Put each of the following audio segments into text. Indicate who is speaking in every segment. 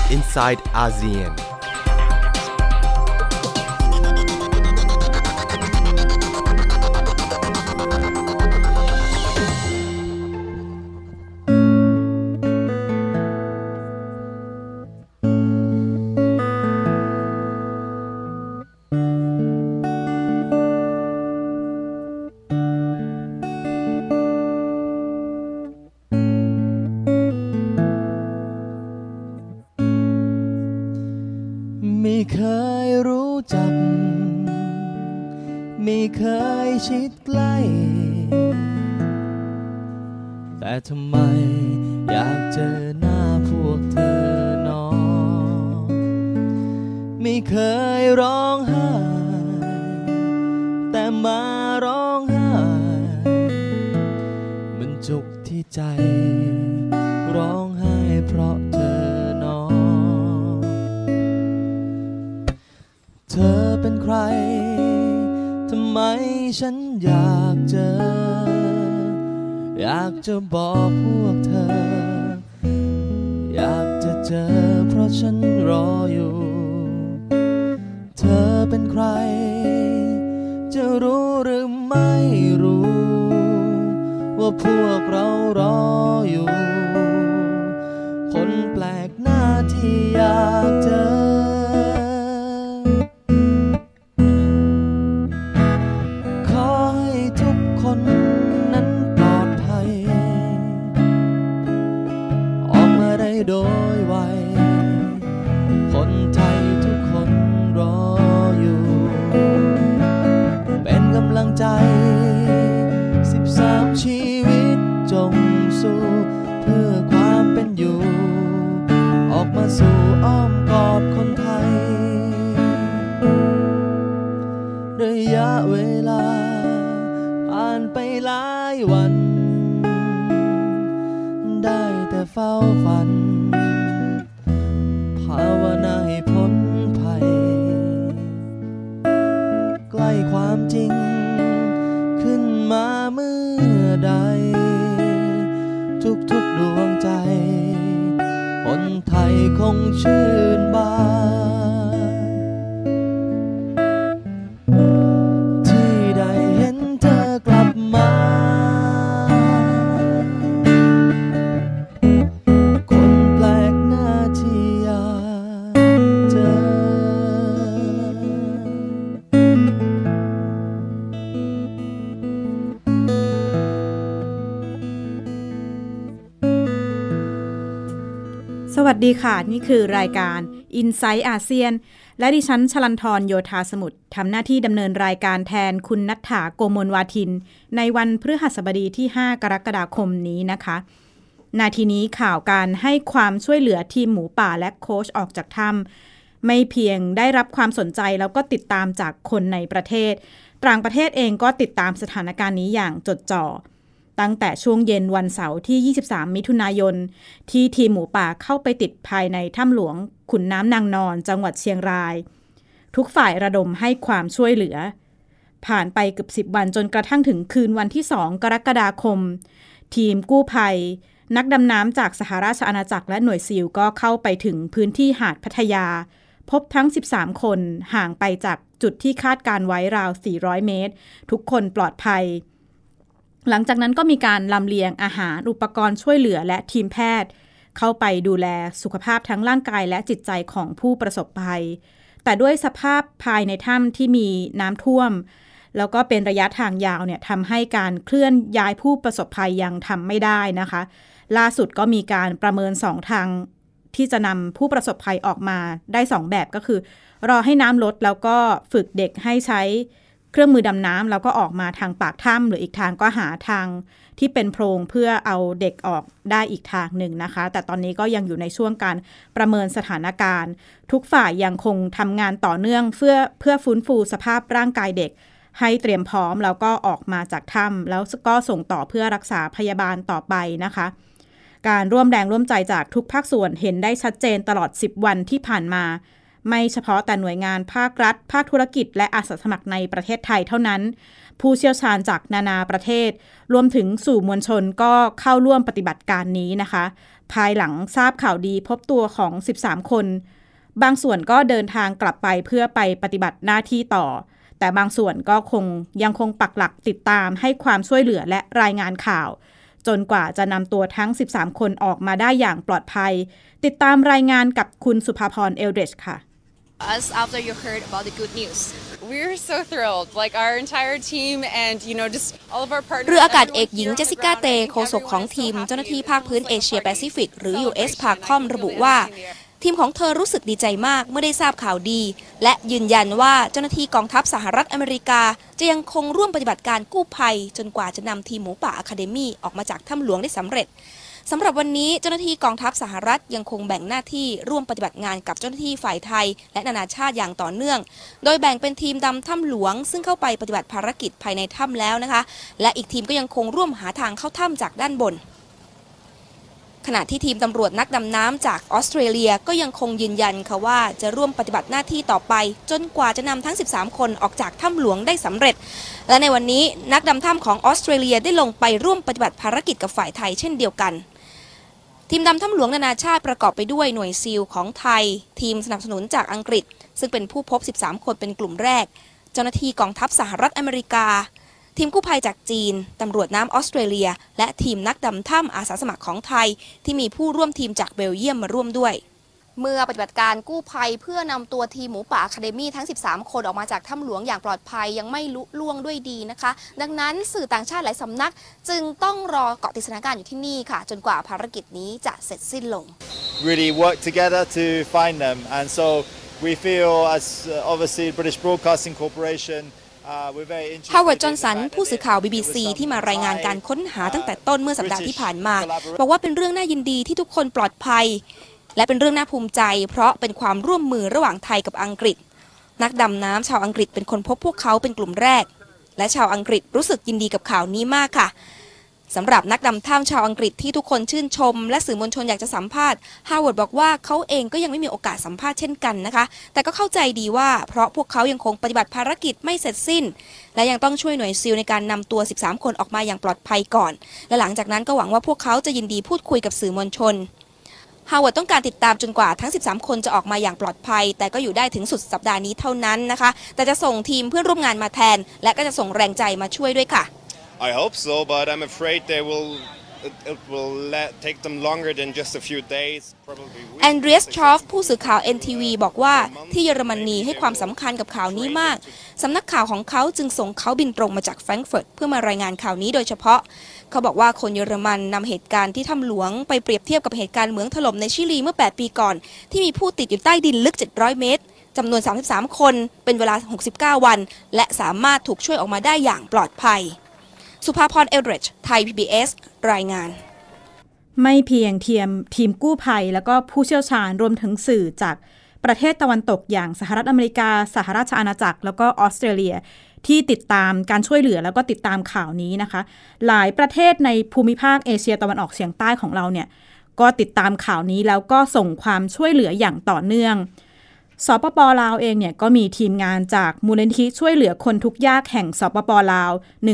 Speaker 1: inside ASEAN
Speaker 2: ไม่เคยชิดใกล้แต่ทำไมอยากเจอหน้าพวกเธอหนอไม่เคยร้องไห้แต่มาร้องไห้มันจุกที่ใจร้องไห้เพราะเธอหนอเธอเป็นใครทำไมฉันอยากเจออยากจะบอกพวกเธออยากจะเจอเพราะฉันรออยู่เธอเป็นใครจะรู้หรือไม่รู้ว่าพวกเรารออยู่คนแปลกหน้าที่อยากเจอนั้นปลอดภัยออกมาได้โดยไวคนไทยทุกคนรออยู่เป็นกำลังใจ13ชีวิตจงสู้เพื่อความเป็นอยู่ออกมาสู่อ้อมกอดคนไทยระยะเวลาผ่านไปหลายวันได้แต่เฝ้าฝันภาวนาให้พ้นภัยใกล้ความจริงขึ้นมาเมื่อใดทุกๆดวงใจคนไทยคงชื่นบานที่ได้เห็นเธอกลับมาคนแปลกหน้าที่อยากเจอ
Speaker 3: สวัสดีค่ะนี่คือรายการ Inside ASEAN และดิฉันชลันธรโยธาสมุทรทำหน้าที่ดำเนินรายการแทนคุณณัฐฐาโกมลวาทินในวันพฤหัสบดีที่5กรกฎาคมนี้นะคะนาทีนี้ข่าวการให้ความช่วยเหลือทีมหมูป่าและโค้ชออกจากถ้ำไม่เพียงได้รับความสนใจแล้วก็ติดตามจากคนในประเทศต่างประเทศเองก็ติดตามสถานการณ์นี้อย่างจดจ่อตั้งแต่ช่วงเย็นวันเสาร์ที่23มิถุนายนที่ทีมหมูป่าเข้าไปติดภายในถ้ำหลวงขุนน้ำนางนอนจังหวัดเชียงรายทุกฝ่ายระดมให้ความช่วยเหลือผ่านไปเกือบ10วันจนกระทั่งถึงคืนวันที่2กรกฎาคมทีมกู้ภัยนักดำน้ำจากสหราชอาณาจักรและหน่วยซีลก็เข้าไปถึงพื้นที่หาดพัทยาพบทั้ง13คนห่างไปจากจุดที่คาดการไว้ราว400เมตรทุกคนปลอดภัยหลังจากนั้นก็มีการลำเลียงอาหารอุปกรณ์ช่วยเหลือและทีมแพทย์เข้าไปดูแลสุขภาพทั้งร่างกายและจิตใจของผู้ประสบภัยแต่ด้วยสภาพภายในถ้ำที่มีน้ำท่วมแล้วก็เป็นระยะทางยาวเนี่ยทำให้การเคลื่อนย้ายผู้ประสบภัยยังทำไม่ได้นะคะล่าสุดก็มีการประเมิน2ทางที่จะนำผู้ประสบภัยออกมาได้2แบบก็คือรอให้น้ำลดแล้วก็ฝึกเด็กให้ใช้เครื่องมือดำน้ำแล้วก็ออกมาทางปากถ้ำหรืออีกทางก็หาทางที่เป็นโพรงเพื่อเอาเด็กออกได้อีกทางหนึ่งนะคะแต่ตอนนี้ก็ยังอยู่ในช่วงการประเมินสถานการณ์ทุกฝ่ายยังคงทำงานต่อเนื่องเพื่อฟื้นฟูสภาพร่างกายเด็กให้เตรียมพร้อมแล้วก็ออกมาจากถ้ำแล้วก็ส่งต่อเพื่อรักษาพยาบาลต่อไปนะคะการร่วมแรงร่วมใจจากทุกภาคส่วนเห็นได้ชัดเจนตลอด10วันที่ผ่านมาไม่เฉพาะแต่หน่วยงานภาครัฐภาคธุรกิจและอาสาสมัครในประเทศไทยเท่านั้นผู้เชี่ยวชาญจากนานาประเทศรวมถึงสู่มวลชนก็เข้าร่วมปฏิบัติการนี้นะคะภายหลังทราบข่าวดีพบตัวของ13คนบางส่วนก็เดินทางกลับไปเพื่อไปปฏิบัติหน้าที่ต่อแต่บางส่วนก็ยังคงปักหลักติดตามให้ความช่วยเหลือและรายงานข่าวจนกว่าจะนำตัวทั้ง13คนออกมาได้อย่างปลอดภัยติดตามรายงานกับคุณสุภาพรเอลเดรชค่ะ
Speaker 1: Us after you heard about the good news. We're so thrilled, like our entire team and just all of our partners.
Speaker 4: เรืออากาศเอกหญิงเจสสิก้าเตโฆษกของทีมเจ้าหน้าที่ภาคพื้นเอเชียแปซิฟิกหรือ US PACOM ระบุว่าทีมของเธอรู้สึกดีใจมากเมื่อได้ทราบข่าวดีและยืนยันว่าเจ้าหน้าที่กองทัพสหรัฐอเมริกาจะยังคงร่วมปฏิบัติการกู้ภัยจนกว่าจะนำทีมหมูป่าอะคาเดมี่ออกมาจากถ้ำหลวงได้สำเร็จสำหรับวันนี้เจ้าหน้าที่กองทัพสหรัฐยังคงแบ่งหน้าที่ร่วมปฏิบัติงานกับเจ้าหน้าที่ฝ่ายไทยและนานาชาติอย่างต่อเนื่องโดยแบ่งเป็นทีมดำถ้ำหลวงซึ่งเข้าไปปฏิบัติภารกิจภายในถ้ำแล้วนะคะและอีกทีมก็ยังคงร่วมหาทางเข้าถ้ำจากด้านบนขณะที่ทีมตำรวจนักดำน้ำจากออสเตรเลียก็ยังคงยืนยันค่ะว่าจะร่วมปฏิบัติหน้าที่ต่อไปจนกว่าจะนำทั้ง13คนออกจากถ้ำหลวงได้สำเร็จและในวันนี้นักดำถ้ำของออสเตรเลียได้ลงไปร่วมปฏิบัติภารกิจกับฝ่ายไทยเช่นเดียวกันทีมดำถ้ำหลวงนานาชาติประกอบไปด้วยหน่วยซีลของไทยทีมสนับสนุนจากอังกฤษซึ่งเป็นผู้พบ13คนเป็นกลุ่มแรกเจ้าหน้าที่กองทัพสหรัฐอเมริกาทีมกู้ภัยจากจีนตำรวจน้ำออสเตรเลียและทีมนักดำถ้ำอาสาสมัครของไทยที่มีผู้ร่วมทีมจากเบลเยียมมาร่วมด้วยเมื่อปฏิบัติการกู้ภัยเพื่อนำตัวทีมหมูป่าอะคาเดมี่ทั้ง13คนออกมาจากถ้ำหลวงอย่างปลอดภัยยังไม่ลุล่วงด้วยดีนะคะดังนั้นสื่อต่างชาติหลายสำนักจึงต้องรอเกาะติดสถานการณ์อยู่ที่นี่ค่ะจนกว่าภารกิจนี้จะเสร็จสิ้นลง
Speaker 5: Really work together to find them and so we feel as obviously British Broadcasting Corporation
Speaker 4: Howard Johnson ผู้สื่อข่าว BBC ที่มารายงานการค้นหาตั้งแต่ต้นเมื่อสัปดาห์ที่ผ่านมาบอกว่าเป็นเรื่องน่ายินดีที่ทุกคนปลอดภัยและเป็นเรื่องน่าภูมิใจเพราะเป็นความร่วมมือระหว่างไทยกับอังกฤษนักดำน้ำชาวอังกฤษเป็นคนพบพวกเขาเป็นกลุ่มแรกและชาวอังกฤษรู้สึกยินดีกับข่าวนี้มากค่ะสำหรับนักดำถ้ำชาวอังกฤษที่ทุกคนชื่นชมและสื่อมวลชนอยากจะสัมภาษณ์ฮาวเวิร์ดบอกว่าเขาเองก็ยังไม่มีโอกาสสัมภาษณ์เช่นกันนะคะแต่ก็เข้าใจดีว่าเพราะพวกเขายังคงปฏิบัติภารกิจไม่เสร็จสิ้นและยังต้องช่วยหน่วยซีลในการนำตัว13คนออกมาอย่างปลอดภัยก่อนและหลังจากนั้นก็หวังว่าพวกเขาจะยินดีพูดคุยกับสื่อมวลชนฮาวเวิร์ดต้องการติดตามจนกว่าทั้ง13คนจะออกมาอย่างปลอดภัยแต่ก็อยู่ได้ถึงสุดสัปดาห์นี้เท่านั้นนะคะแต่จะส่งทีมเพื่อนร่วมงานมาแทนและก็จะส่งแรงใจมาช่วยด้วยค่ะ
Speaker 6: I hope so, but I'm afraid it will take them longer than just a few days, probably weeks.
Speaker 4: แอนเดรียส ชอฟผู้สื่อข่าว NTV บอกว่าที่เยอรมนีให้ความสำคัญกับข่าวนี้มากสำนักข่าวของเขาจึงส่งเขาบินตรงมาจากแฟรงก์เฟิร์ตเพื่อมารายงานข่าวนี้โดยเฉพาะเขาบอกว่าคนเยอรมันนำเหตุการณ์ที่ถ้ำหลวงไปเปรียบเทียบกับเหตุการณ์เหมืองถล่มในชิลีเมื่อ8 ปีก่อนที่มีผู้ติดอยู่ใต้ดินลึก700 เมตรจำนวน33คนเป็นเวลา69 วันและสามารถถูกช่วยออกมาได้อย่างปลอดภัยสุภาพร เอลเดรชไทย PBS รายงาน
Speaker 3: ไม่เพียงทีมกู้ภัยแล้วก็ผู้เชี่ยวชาญรวมถึงสื่อจากประเทศตะวันตกอย่างสหรัฐอเมริกาสหราชอาณาจักรแล้วก็ออสเตรเลียที่ติดตามการช่วยเหลือแล้วก็ติดตามข่าวนี้นะคะหลายประเทศในภูมิภาคเอเชียตะวันออกเฉียงใต้ของเราเนี่ยก็ติดตามข่าวนี้แล้วก็ส่งความช่วยเหลืออย่างต่อเนื่องสปป.ลาวเองเนี่ยก็มีทีมงานจากมูลนิธิช่วยเหลือคนทุกข์ยากแห่งสปป.ลาว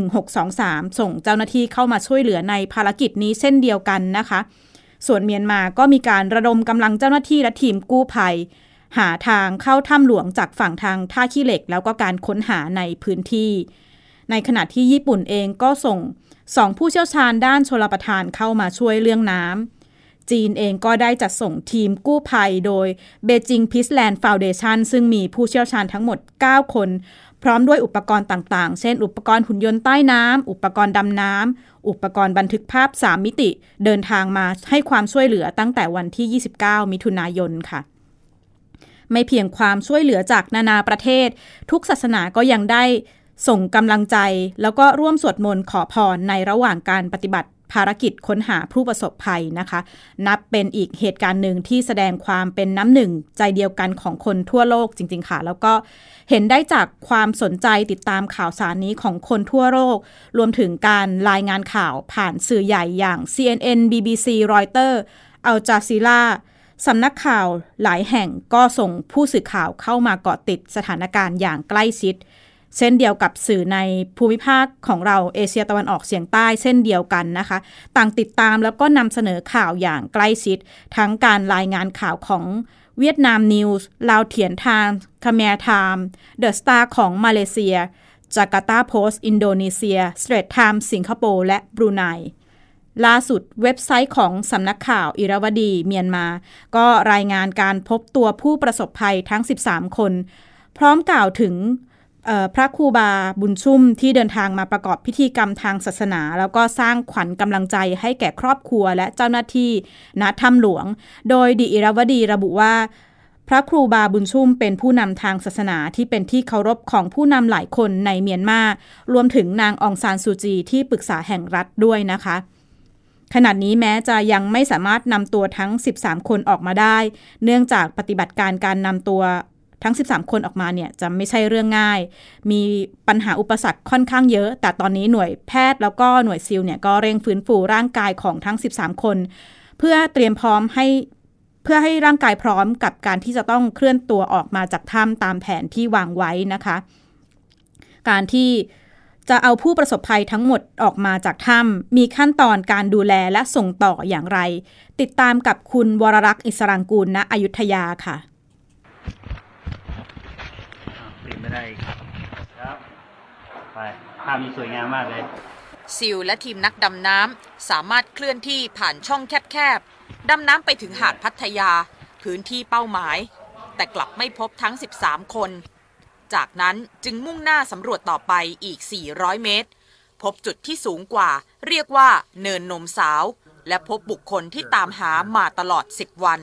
Speaker 3: 1623ส่งเจ้าหน้าที่เข้ามาช่วยเหลือในภารกิจนี้เช่นเดียวกันนะคะส่วนเมียนมาก็มีการระดมกำลังเจ้าหน้าที่และทีมกู้ภัยหาทางเข้าถ้ำหลวงจากฝั่งทางท่าขี้เหล็กแล้วก็การค้นหาในพื้นที่ในขณะที่ญี่ปุ่นเองก็ส่ง2ผู้เชี่ยวชาญด้านชลประทานเข้ามาช่วยเรื่องน้ำจีนเองก็ได้จัดส่งทีมกู้ภัยโดย Beijing Peaceland Foundation ซึ่งมีผู้เชี่ยวชาญทั้งหมด9คนพร้อมด้วยอุปกรณ์ต่างๆเช่นอุปกรณ์หุ่นยนต์ใต้น้ำอุปกรณ์ดำน้ำอุปกรณ์บันทึกภาพ3มิติเดินทางมาให้ความช่วยเหลือตั้งแต่วันที่29มิถุนายนค่ะไม่เพียงความช่วยเหลือจากนานาประเทศทุกศาสนาก็ยังได้ส่งกำลังใจแล้วก็ร่วมสวดมนต์ขอพรในระหว่างการปฏิบัติภารกิจค้นหาผู้ประสบภัยนะคะนับเป็นอีกเหตุการณ์หนึ่งที่แสดงความเป็นน้ำหนึ่งใจเดียวกันของคนทั่วโลกจริงๆค่ะแล้วก็เห็นได้จากความสนใจติดตามข่าวสารนี้ของคนทั่วโลกรวมถึงการรายงานข่าวผ่านสื่อใหญ่อย่าง CNN BBC Reuters Al Jazeera สำนักข่าวหลายแห่งก็ส่งผู้สื่อข่าวเข้ามาเกาะติดสถานการณ์อย่างใกล้ชิดเช่นเดียวกับสื่อในภูมิภาคของเราเอเชียตะวันออกเฉียงใต้เช่นเดียวกันนะคะต่างติดตามแล้วก็นำเสนอข่าวอย่างใกล้ชิดทั้งการรายงานข่าวของเวียดนามนิวส์ลาวเถียนไทม์คาเมียไทม์เดอะสตาร์ของมาเลเซียจาการ์ตาโพสต์อินโดนีเซียสเตรทไทม์สิงคโปร์และบรูไนล่าสุดเว็บไซต์ของสำนักข่าวอิราวดีเมียนมาก็รายงานการพบตัวผู้ประสบภัยทั้ง13คนพร้อมกล่าวถึงพระครูบาบุญชุ่มที่เดินทางมาประกอบพิธีกรรมทางศาสนาแล้วก็สร้างขวัญกำลังใจให้แก่ครอบครัวและเจ้าหน้าที่ณถ้ำหลวงโดยดิอิราวดีระบุว่าพระครูบาบุญชุ่มเป็นผู้นำทางศาสนาที่เป็นที่เคารพของผู้นำหลายคนในเมียนมารวมถึงนางองซานซูจีที่ปรึกษาแห่งรัฐด้วยนะคะขณะนี้แม้จะยังไม่สามารถนำตัวทั้ง13คนออกมาได้เนื่องจากปฏิบัติการนำตัวทั้ง13คนออกมาเนี่ยจะไม่ใช่เรื่องง่ายมีปัญหาอุปสรรคค่อนข้างเยอะแต่ตอนนี้หน่วยแพทย์แล้วก็หน่วยซิลเนี่ยก็เร่งฟื้นฟูร่างกายของทั้ง13คนเพื่อเตรียมพร้อมให้ร่างกายพร้อมกับการที่จะต้องเคลื่อนตัวออกมาจากถ้ำตามแผนที่วางไว้นะคะการที่จะเอาผู้ประสบภัยทั้งหมดออกมาจากถ้ำมีขั้นตอนการดูแลและส่งต่ออย่างไรติดตามกับคุณวรรักษ์อิสรังกูลณอยุธยาค่ะ
Speaker 7: ไม่ได้ครับไปภาพนี้สวยงามมากเลย
Speaker 8: ซิลและทีมนักดำน้ำสามารถเคลื่อนที่ผ่านช่องแคบๆดำน้ำไปถึงหาดพัทยาพื้นที่เป้าหมายแต่กลับไม่พบทั้ง13คนจากนั้นจึงมุ่งหน้าสำรวจต่อไปอีก400เมตรพบจุดที่สูงกว่าเรียกว่าเนินนมสาวและพบบุคคลที่ตามหามาตลอด10วัน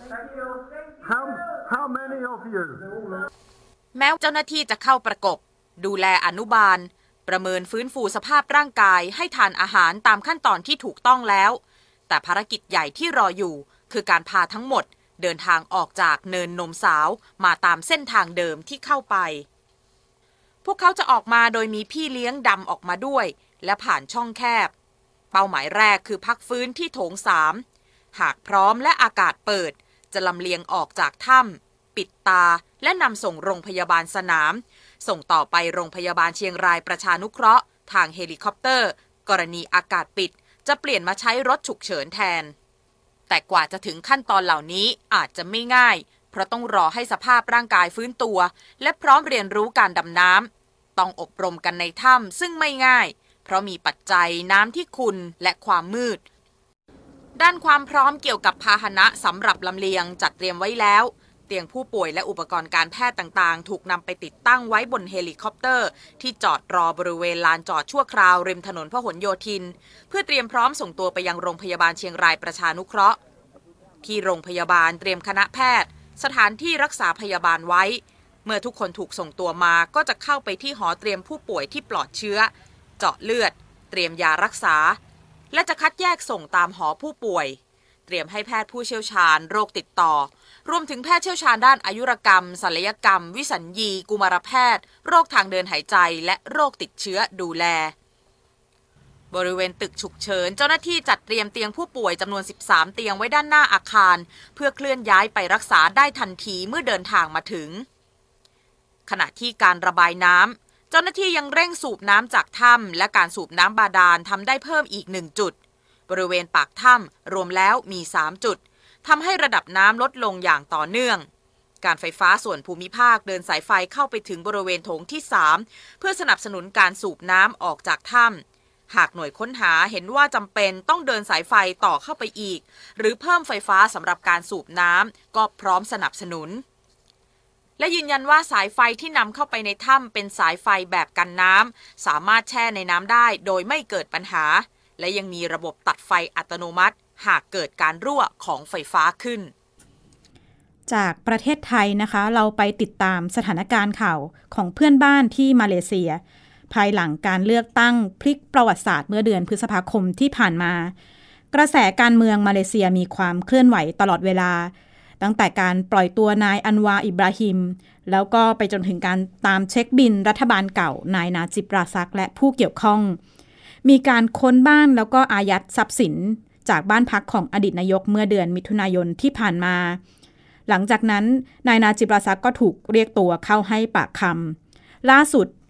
Speaker 9: How many of you?
Speaker 8: แม้เจ้าหน้าที่จะเข้าประกบดูแลอนุบาลประเมินฟื้นฟูสภาพร่างกายให้ทานอาหารตามขั้นตอนที่ถูกต้องแล้วแต่ภารกิจใหญ่ที่รออยู่คือการพาทั้งหมดเดินทางออกจากเนินนมสาวมาตามเส้นทางเดิมที่เข้าไปพวกเขาจะออกมาโดยมีพี่เลี้ยงดำออกมาด้วยและผ่านช่องแคบเป้าหมายแรกคือพักฟื้นที่โถง3หากพร้อมและอากาศเปิดจะลำเลียงออกจากถ้ำปิดตาและนำส่งโรงพยาบาลสนามส่งต่อไปโรงพยาบาลเชียงรายประชานุเคราะห์ทางเฮลิคอปเตอร์กรณีอากาศปิดจะเปลี่ยนมาใช้รถฉุกเฉินแทนแต่กว่าจะถึงขั้นตอนเหล่านี้อาจจะไม่ง่ายเพราะต้องรอให้สภาพร่างกายฟื้นตัวและพร้อมเรียนรู้การดำน้ำต้องอบรมกันในถ้ำซึ่งไม่ง่ายเพราะมีปัจจัยน้ำที่ขุ่นและความมืดด้านความพร้อมเกี่ยวกับพาหนะสำหรับลำเลียงจัดเตรียมไว้แล้วเตียงผู้ป่วยและอุปกรณ์การแพทย์ต่างๆถูกนำไปติดตั้งไว้บนเฮลิคอปเตอร์ที่จอดรอบริเวณลานจอดชั่วคราวริมถนนพหลโยธินเพื่อเตรียมพร้อมส่งตัวไปยังโรงพยาบาลเชียงรายประชานุเคราะห์ที่โรงพยาบาลเตรียมคณะแพทย์สถานที่รักษาพยาบาลไว้เมื่อทุกคนถูกส่งตัวมาก็จะเข้าไปที่หอเตรียมผู้ป่วยที่ปลอดเชื้อเจาะเลือดเตรียมยารักษาและจะคัดแยกส่งตามหอผู้ป่วยเตรียมให้แพทย์ผู้เชี่ยวชาญโรคติดต่อรวมถึงแพทย์เชี่ยวชาญด้านอายุรกรรมศัลยกรรมวิสัญญีกุมารแพทย์โรคทางเดินหายใจและโรคติดเชื้อดูแลบริเวณตึกฉุกเฉินเจ้าหน้าที่จัดเตรียมเตียงผู้ป่วยจำนวน13เตียงไว้ด้านหน้าอาคารเพื่อเคลื่อนย้ายไปรักษาได้ทันทีเมื่อเดินทางมาถึงขณะที่การระบายน้ำเจ้าหน้าที่ยังเร่งสูบน้ำจากถ้ำและการสูบน้ำบาดาลทำได้เพิ่มอีก1จุดบริเวณปากถ้ำรวมแล้วมี3จุดทำให้ระดับน้ำลดลงอย่างต่อเนื่องการไฟฟ้าส่วนภูมิภาคเดินสายไฟเข้าไปถึงบริเวณโถงที่3เพื่อสนับสนุนการสูบน้ำออกจากถ้ำหากหน่วยค้นหาเห็นว่าจำเป็นต้องเดินสายไฟต่อเข้าไปอีกหรือเพิ่มไฟฟ้าสำหรับการสูบน้ำก็พร้อมสนับสนุนและยืนยันว่าสายไฟที่นำเข้าไปในถ้ำเป็นสายไฟแบบกันน้ำสามารถแช่ในน้ำได้โดยไม่เกิดปัญหาและยังมีระบบตัดไฟอัตโนมัติหากเกิดการรั่วของไฟฟ้าขึ้น
Speaker 3: จากประเทศไทยนะคะเราไปติดตามสถานการณ์ข่าวของเพื่อนบ้านที่มาเลเซียภายหลังการเลือกตั้งพลิกประวัติศาสตร์เมื่อเดือนพฤษภาคมที่ผ่านมากระแสการเมืองมาเลเซียมีความเคลื่อนไหวตลอดเวลาตั้งแต่การปล่อยตัวนายอันวาอิบราฮิมแล้วก็ไปจนถึงการตามเช็คบินรัฐบาลเก่านายนาจิบราซักและผู้เกี่ยวข้องมีการค้นบ้านแล้วก็อายัดทรัพย์สินจากบ้านพักของอดีตนายกเมื่อเดือนมิถุนายนที่ผ่านมาหลังจากนั้นนายนาจิบราซักก็ถูกเรียกตัวเข้าให้ปากคำล่าสุด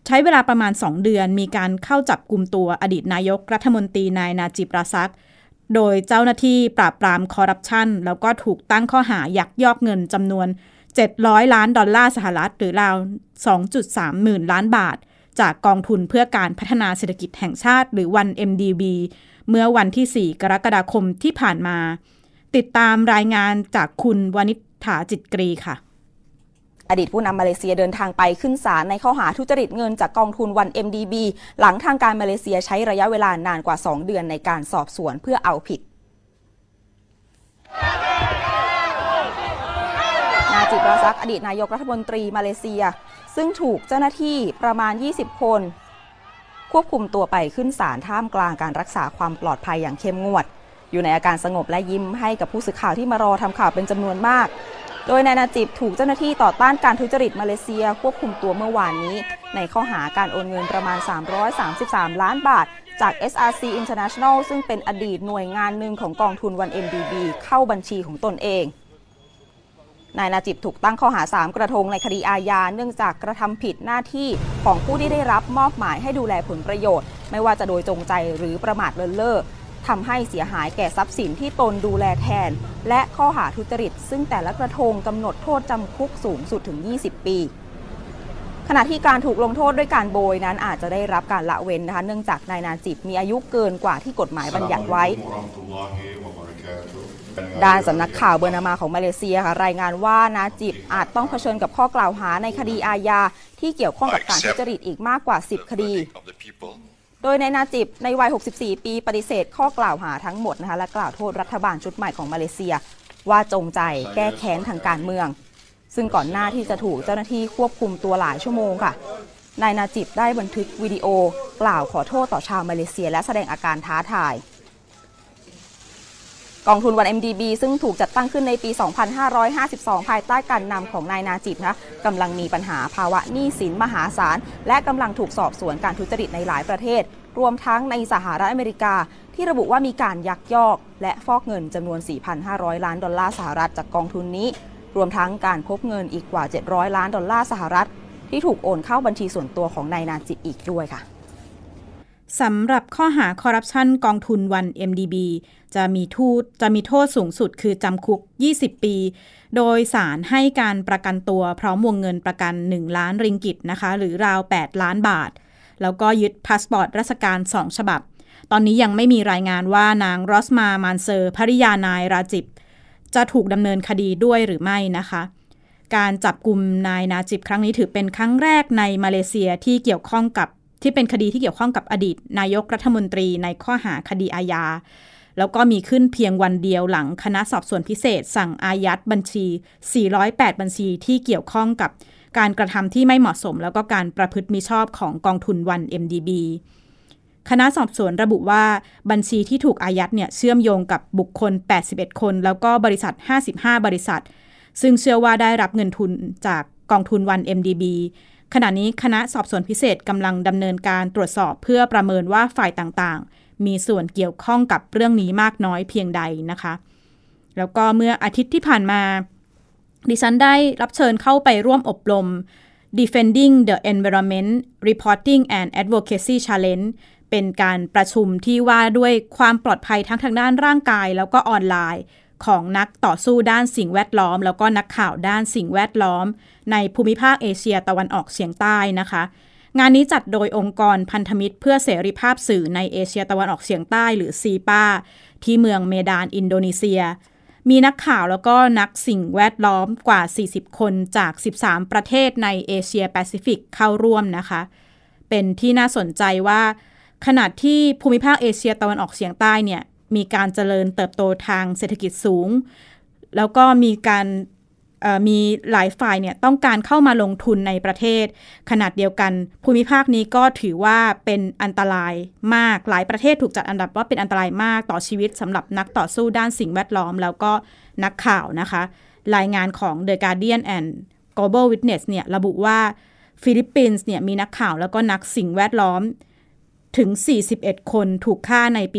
Speaker 3: ใช้เวลาประมาณ2 เดือนมีการเข้าจับกุมตัวอดีตนายกรัฐมนตรีนายนาจิบ ราซักโดยเจ้าหน้าที่ปราบปรามคอร์รัปชันแล้วก็ถูกตั้งข้อหายักยอกเงินจำนวน$700 ล้านสหรัฐหรือราว 2.3 หมื่นล้านบาทจากกองทุนเพื่อการพัฒนาเศรษฐกิจแห่งชาติหรือ 1MDB เมื่อวันที่4 กรกฎาคมที่ผ่านมาติดตามรายงานจากคุณวณิษฐาจิตกรีค่ะ
Speaker 4: อดีตผู้นำมาเลเซียเดินทางไปขึ้นศาลในข้อหาทุจริตเงินจากกองทุน 1MDB หลังทางการมาเลเซียใช้ระยะเวลานานกว่า2 เดือนในการสอบสวนเพื่อเอาผิดนาจิบ ราซักอดีตนายกรัฐมนตรีมาเลเซียซึ่งถูกเจ้าหน้าที่ประมาณ20 คนควบคุมตัวไปขึ้นศาลท่ามกลางการรักษาความปลอดภัยอย่างเข้มงวดอยู่ในอาการสงบและยิ้มให้กับผู้สื่อข่าวที่มารอทำข่าวเป็นจำนวนมากโดยนายนาจิบถูกเจ้าหน้าที่ต่อต้านการทุจริตมาเลเซียควบคุมตัวเมื่อวานนี้ในข้อหาการโอนเงินประมาณ333 ล้านบาทจาก SRC International ซึ่งเป็นอดีตหน่วยงานหนึ่งของกองทุน 1MDB เข้าบัญชีของตนเองนายนาจิบถูกตั้งข้อหา3 กระทงในคดีอาญาเนื่องจากกระทำผิดหน้าที่ของผู้ที่ได้รับมอบหมายให้ดูแลผลประโยชน์ไม่ว่าจะโดยจงใจหรือประมาทเลินเล่อทำให้เสียหายแก่ทรัพย์สินที่ตนดูแลแทนและข้อหาทุจริตซึ่งแต่ละกระทงกำหนดโทษจำคุกสูงสุดถึง20 ปีขณะที่การถูกลงโทษด้วยการโบยนั้นอาจจะได้รับการละเว้นนะคะเนื่องจากนายนาจิบมีอายุเกินกว่าที่กฎหมายบัญญัติไว้ด้านสำนักข่าวเบอร์นามาของมาเลเซียค่ะรายงานว่านาจิบอาจต้องเผชิญกับข้อกล่าวหาในคดีอาญาที่เกี่ยวข้องกับการทุจริตอีกมากกว่า10 คดีโดยนายนาจิบในวัย64 ปีปฏิเสธข้อกล่าวหาทั้งหมดนะคะและกล่าวโทษรัฐบาลชุดใหม่ของมาเลเซียว่าจงใจแก้แค้นทางการเมืองซึ่งก่อนหน้าที่จะถูกเจ้าหน้าที่ควบคุมตัวหลายชั่วโมงค่ะนายนาจิบได้บันทึกวิดีโอกล่าวขอโทษต่อชาวมาเลเซียและแสดงอาการท้าทายกองทุน 1MDB ซึ่งถูกจัดตั้งขึ้นในปี 2552 ภายใต้การนำของนายนาจิบนะกำลังมีปัญหาภาวะหนี้สินมหาศาลและกำลังถูกสอบสวนการทุจริตในหลายประเทศรวมทั้งในสหรัฐอเมริกาที่ระบุว่ามีการยักยอกและฟอกเงินจำนวน $4,500 ล้านสหรัฐจากกองทุนนี้รวมทั้งการพบเงินอีกกว่า$700 ล้านสหรัฐที่ถูกโอนเข้าบัญชีส่วนตัวของนายนาจิบอีกด้วยค่ะ
Speaker 3: สำหรับข้อหาคอร์รัปชันกองทุน 1MDB จะมีโทษสูงสุดคือจำคุก20 ปีโดยศาลให้การประกันตัวพร้อมวงเงินประกัน1 ล้านริงกิตนะคะหรือราว8 ล้านบาทแล้วก็ยึดพาสปอร์ตราชการ2 ฉบับตอนนี้ยังไม่มีรายงานว่านางรอสมามันเซอร์ภริยานายราจิบจะถูกดำเนินคดีด้วยหรือไม่นะคะการจับกุมนายนาจิบครั้งนี้ถือเป็นครั้งแรกในมาเลเซียที่เป็นคดีที่เกี่ยวข้องกับอดีตนายกรัฐมนตรีในข้อหาคดีอาญาแล้วก็มีขึ้นเพียงวันเดียวหลังคณะสอบสวนพิเศษสั่งอายัดบัญชี408บัญชีที่เกี่ยวข้องกับการกระทำที่ไม่เหมาะสมแล้วก็การประพฤติมิชอบของกองทุน 1MDB คณะสอบสวนระบุว่าบัญชีที่ถูกอายัดเนี่ยเชื่อมโยงกับบุคคล81คนแล้วก็บริษัท55บริษัทซึ่งเชื่อว่าได้รับเงินทุนจากกองทุน 1MDBขณะนี้คณะสอบสวนพิเศษกำลังดำเนินการตรวจสอบเพื่อประเมินว่าฝ่ายต่างๆมีส่วนเกี่ยวข้องกับเรื่องนี้มากน้อยเพียงใดนะคะแล้วก็เมื่ออาทิตย์ที่ผ่านมาดิฉันได้รับเชิญเข้าไปร่วมอบรม Defending the Environment Reporting and Advocacy Challenge เป็นการประชุมที่ว่าด้วยความปลอดภัยทั้งทางด้านร่างกายแล้วก็ออนไลน์ของนักต่อสู้ด้านสิ่งแวดล้อมแล้วก็นักข่าวด้านสิ่งแวดล้อมในภูมิภาคเอเชียตะวันออกเฉียงใต้นะคะงานนี้จัดโดยองค์กรพันธมิตรเพื่อเสรีภาพสื่อในเอเชียตะวันออกเฉียงใต้หรือซีปาที่เมืองเมดานอินโดนีเซียมีนักข่าวแล้วก็นักสิ่งแวดล้อมกว่า40คนจาก13ประเทศในเอเชียแปซิฟิกเข้าร่วมนะคะเป็นที่น่าสนใจว่าขณะที่ภูมิภาคเอเชียตะวันออกเฉียงใต้เนี่ยมีการเจริญเติบโตทางเศรษฐกิจสูงแล้วก็มีหลายฝ่ายเนี่ยต้องการเข้ามาลงทุนในประเทศขนาดเดียวกันภูมิภาคนี้ก็ถือว่าเป็นอันตรายมากหลายประเทศถูกจัดอันดับว่าเป็นอันตรายมากต่อชีวิตสำหรับนักต่อสู้ด้านสิ่งแวดล้อมแล้วก็นักข่าวนะคะรายงานของ The Guardian and Global Witness เนี่ยระบุว่าฟิลิปปินส์เนี่ยมีนักข่าวแล้วก็นักสิ่งแวดล้อมถึง41คนถูกฆ่าในปี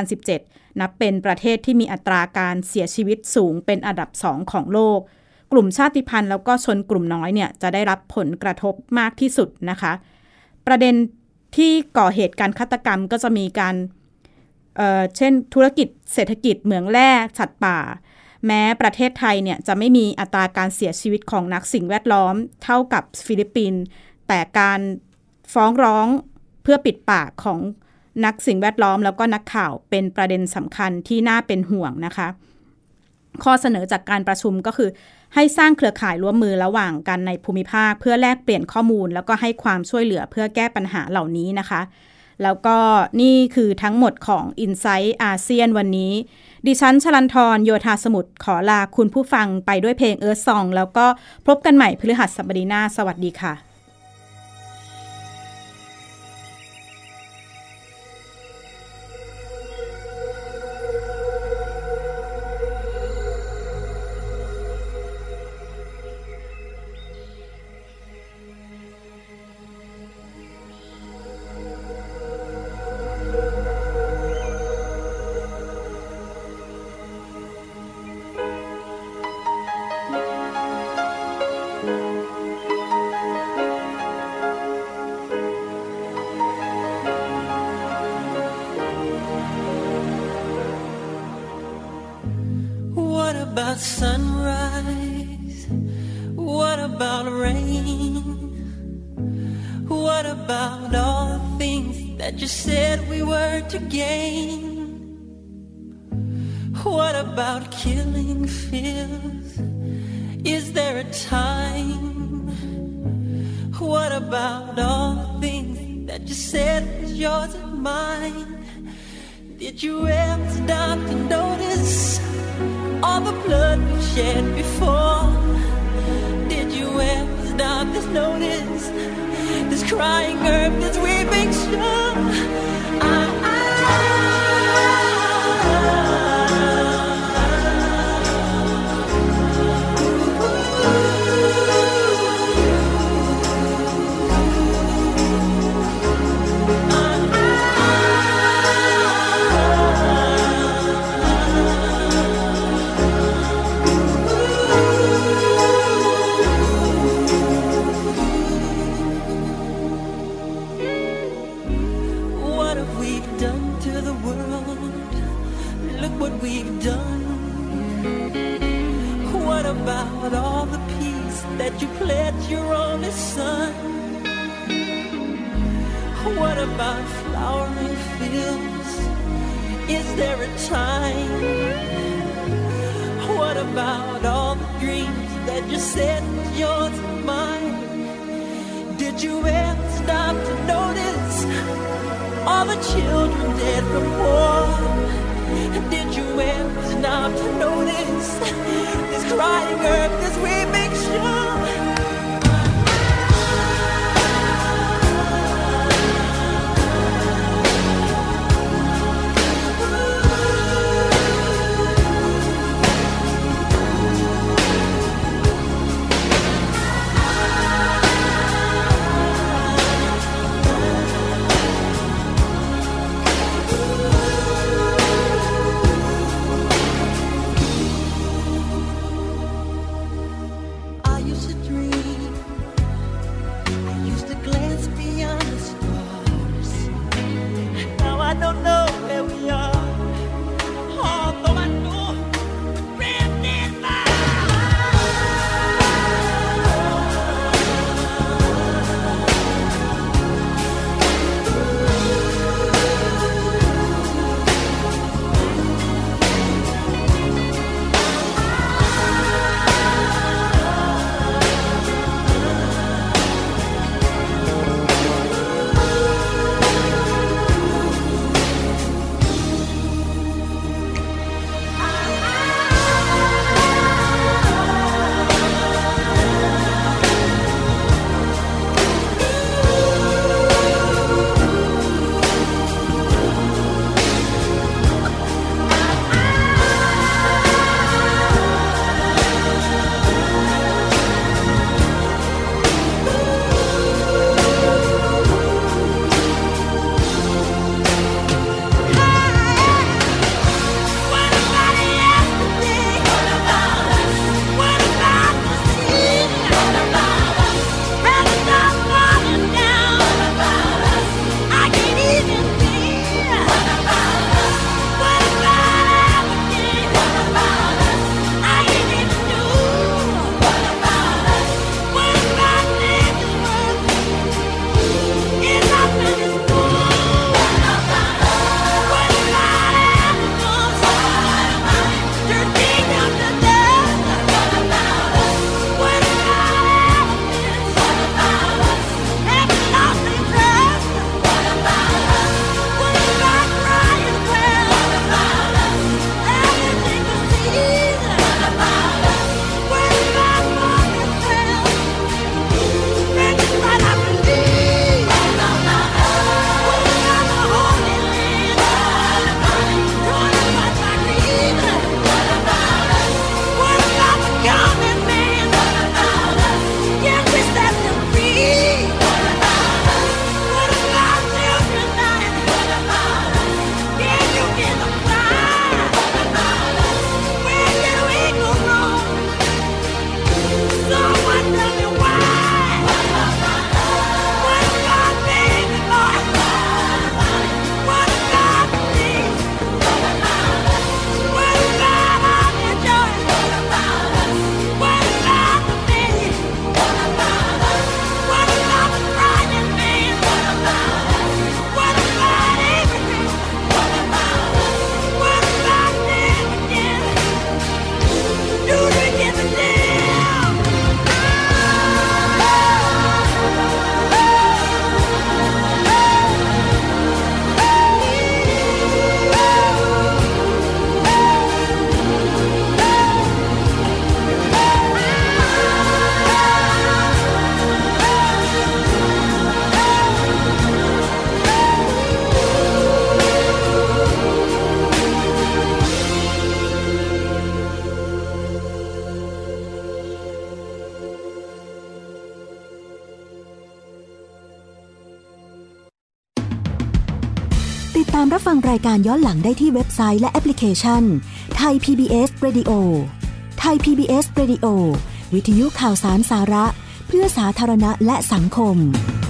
Speaker 3: 2017 นับเป็นประเทศที่มีอัตราการเสียชีวิตสูงเป็นอันดับ2ของโลกกลุ่มชาติพันธุ์แล้วก็ชนกลุ่มน้อยเนี่ยจะได้รับผลกระทบมากที่สุดนะคะประเด็นที่ก่อเหตุการฆาตกรรมก็จะมีการเช่นธุรกิจเศรษฐกิจเหมืองแร่สัตว์ป่าแม้ประเทศไทยเนี่ยจะไม่มีอัตราการเสียชีวิตของนักสิ่งแวดล้อมเท่ากับฟิลิปปินส์แต่การฟ้องร้องเพื่อปิดปากของนักสิ่งแวดล้อมแล้วก็นักข่าวเป็นประเด็นสำคัญที่น่าเป็นห่วงนะคะข้อเสนอจากการประชุมก็คือให้สร้างเครือข่ายร่วมมือระหว่างกันในภูมิภาคเพื่อแลกเปลี่ยนข้อมูลแล้วก็ให้ความช่วยเหลือเพื่อแก้ปัญหาเหล่านี้นะคะแล้วก็นี่คือทั้งหมดของ Insight อาเซียนวันนี้ดิฉันชลันทรโยธาสมุทรขอลาคุณผู้ฟังไปด้วยเพลง Earth Song แล้วก็พบกันใหม่พฤหัสบดีหน้าสวัสดีค่ะ
Speaker 2: about sunrise? What about rain? What about all the things that you said we were to gain? What about killing fears? Is there a time? What about all the things that you said was yours and mine? Did you ever stop to notice all the blood we shed before? Did you ever stop to notice this crying earth, this weeping shore? What we've done. What about all the peace that you pledged your only son? What about flowering fields? Is there a time? What about all the dreams that you said was yours and mine? Did you ever stop to notice all the children dead from war? Did you ever stop to notice this crying earth, this weeping shore?
Speaker 9: ตามรับฟังรายการย้อนหลังได้ที่เว็บไซต์และแอปพลิเคชัน Thai PBS Radio Thai PBS Radio วิทยุข่าวสารสาระเพื่อสาธารณะและสังคม